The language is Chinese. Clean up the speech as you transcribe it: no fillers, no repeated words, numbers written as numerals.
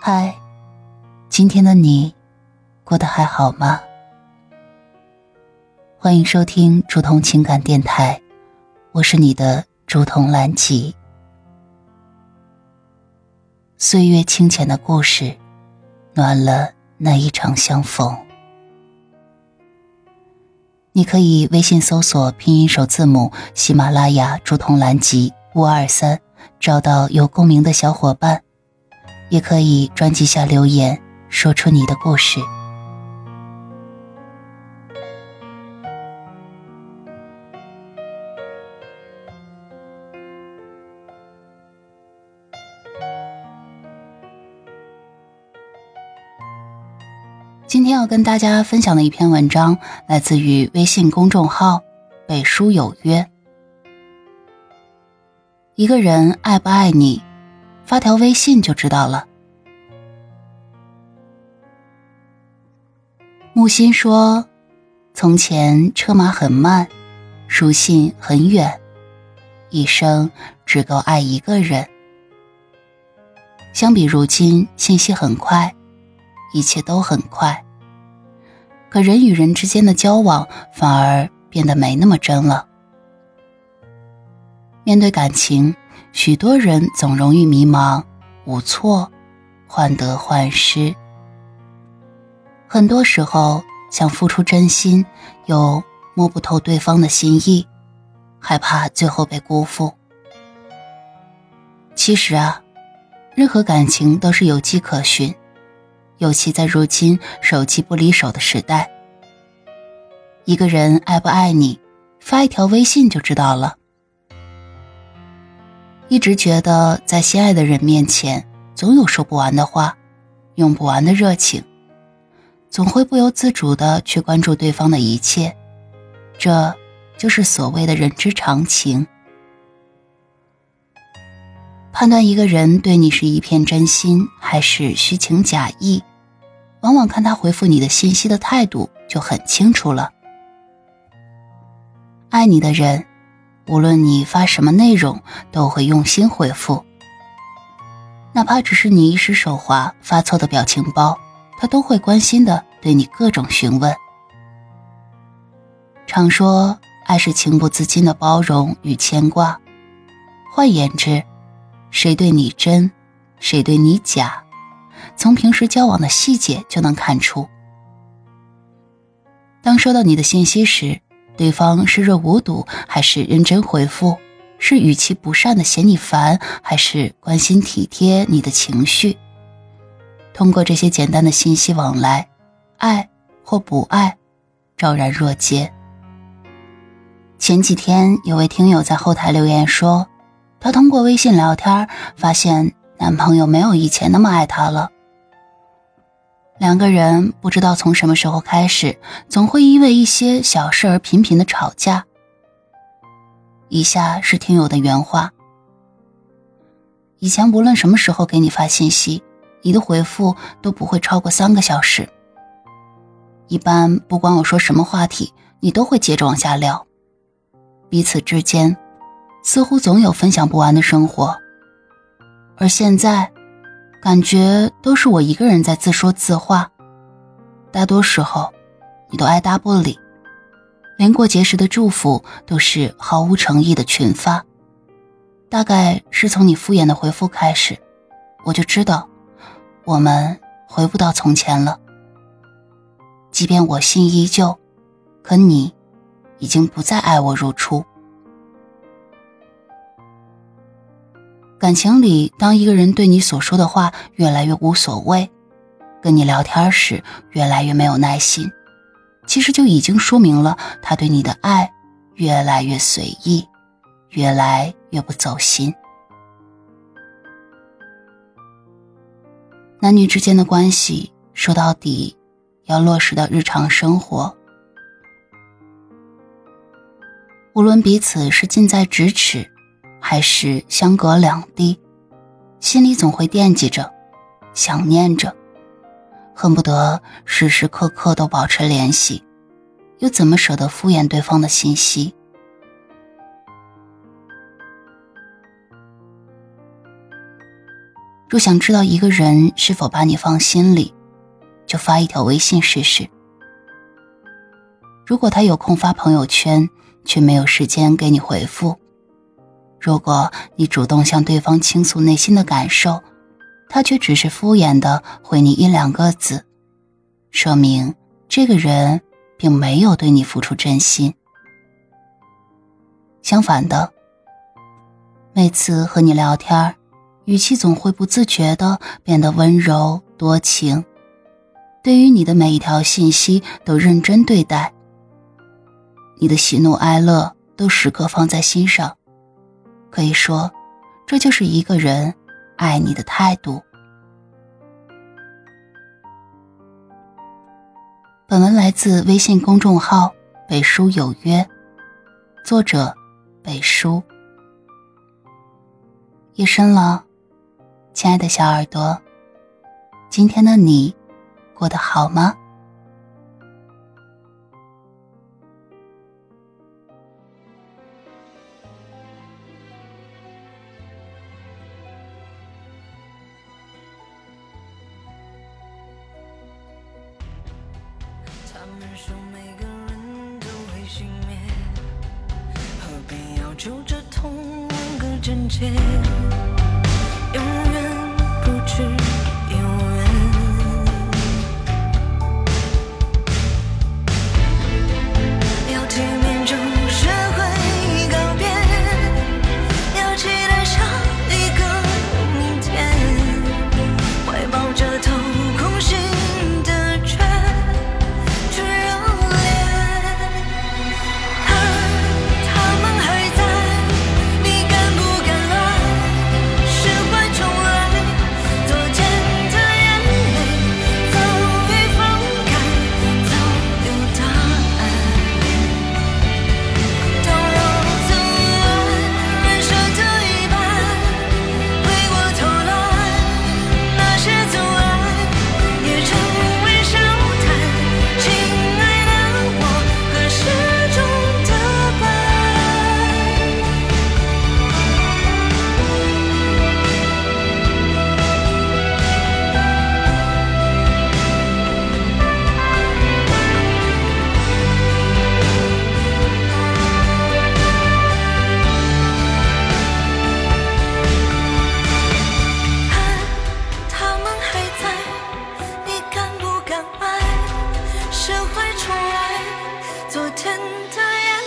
嗨，今天的你过得还好吗？欢迎收听竹筒情感电台，我是你的竹筒兰吉。岁月清浅的故事，暖了那一场相逢。你可以微信搜索拼音首字母喜马拉雅竹筒兰吉523，找到有共鸣的小伙伴，也可以专辑下留言，说出你的故事。今天要跟大家分享的一篇文章来自于微信公众号北书有约。一个人爱不爱你，发条微信就知道了。木心说，从前车马很慢，书信很远，一生只够爱一个人。相比如今，信息很快，一切都很快，可人与人之间的交往反而变得没那么真了。面对感情，许多人总容易迷茫无措，患得患失。很多时候想付出真心，又摸不透对方的心意，害怕最后被辜负。其实啊，任何感情都是有迹可循，尤其在如今手机不离手的时代。一个人爱不爱你，发一条微信就知道了。一直觉得在心爱的人面前，总有说不完的话，用不完的热情，总会不由自主地去关注对方的一切，这就是所谓的人之常情。判断一个人对你是一片真心还是虚情假意，往往看他回复你的信息的态度就很清楚了。爱你的人，无论你发什么内容，都会用心回复，哪怕只是你一时手滑发错的表情包，他都会关心地对你各种询问。常说爱是情不自禁的包容与牵挂，换言之，谁对你真，谁对你假，从平时交往的细节就能看出。当收到你的信息时，对方视若无睹还是认真回复，是语气不善的嫌你烦，还是关心体贴你的情绪。通过这些简单的信息往来，爱或不爱昭然若揭。前几天有位听友在后台留言说，她通过微信聊天发现男朋友没有以前那么爱她了。两个人不知道从什么时候开始，总会因为一些小事而频频的吵架。以下是听友的原话：以前无论什么时候给你发信息，你的回复都不会超过3个小时。一般不管我说什么话题，你都会接着往下聊。彼此之间似乎总有分享不完的生活，而现在感觉都是我一个人在自说自话，大多时候你都爱答不理，连过节时的祝福都是毫无诚意的群发。大概是从你敷衍的回复开始，我就知道我们回不到从前了。即便我心依旧，可你已经不再爱我如初。感情里，当一个人对你所说的话越来越无所谓，跟你聊天时越来越没有耐心，其实就已经说明了他对你的爱越来越随意，越来越不走心。男女之间的关系，说到底要落实到日常生活。无论彼此是近在咫尺，还是相隔两地，心里总会惦记着，想念着，恨不得时时刻刻都保持联系，又怎么舍得敷衍对方的信息？ 若想知道一个人是否把你放心里，就发一条微信试试。如果他有空发朋友圈，却没有时间给你回复；如果你主动向对方倾诉内心的感受，他却只是敷衍地回你1-2个字，说明这个人并没有对你付出真心。相反的，每次和你聊天，语气总会不自觉地变得温柔多情，对于你的每一条信息都认真对待，你的喜怒哀乐都时刻放在心上。可以说，这就是一个人爱你的态度。本文来自微信公众号北书有约，作者北书。夜深了，亲爱的小耳朵，今天的你过得好吗？ 他们说每个人都会熄灭，何必要揪着同个症结，永远不止永远。要体面就学会告别，要期待下一个明天，怀抱着头空心的缺去热烈。他们还在，你敢不敢来释怀重来？昨天的眼泪早已放开，早有答案。倘若曾爱，人生的一半，回过头来，那些阻碍也成为笑谈。亲爱的我，何时终的白？他们还在，你敢不敢爱？释怀重来，昨天的眼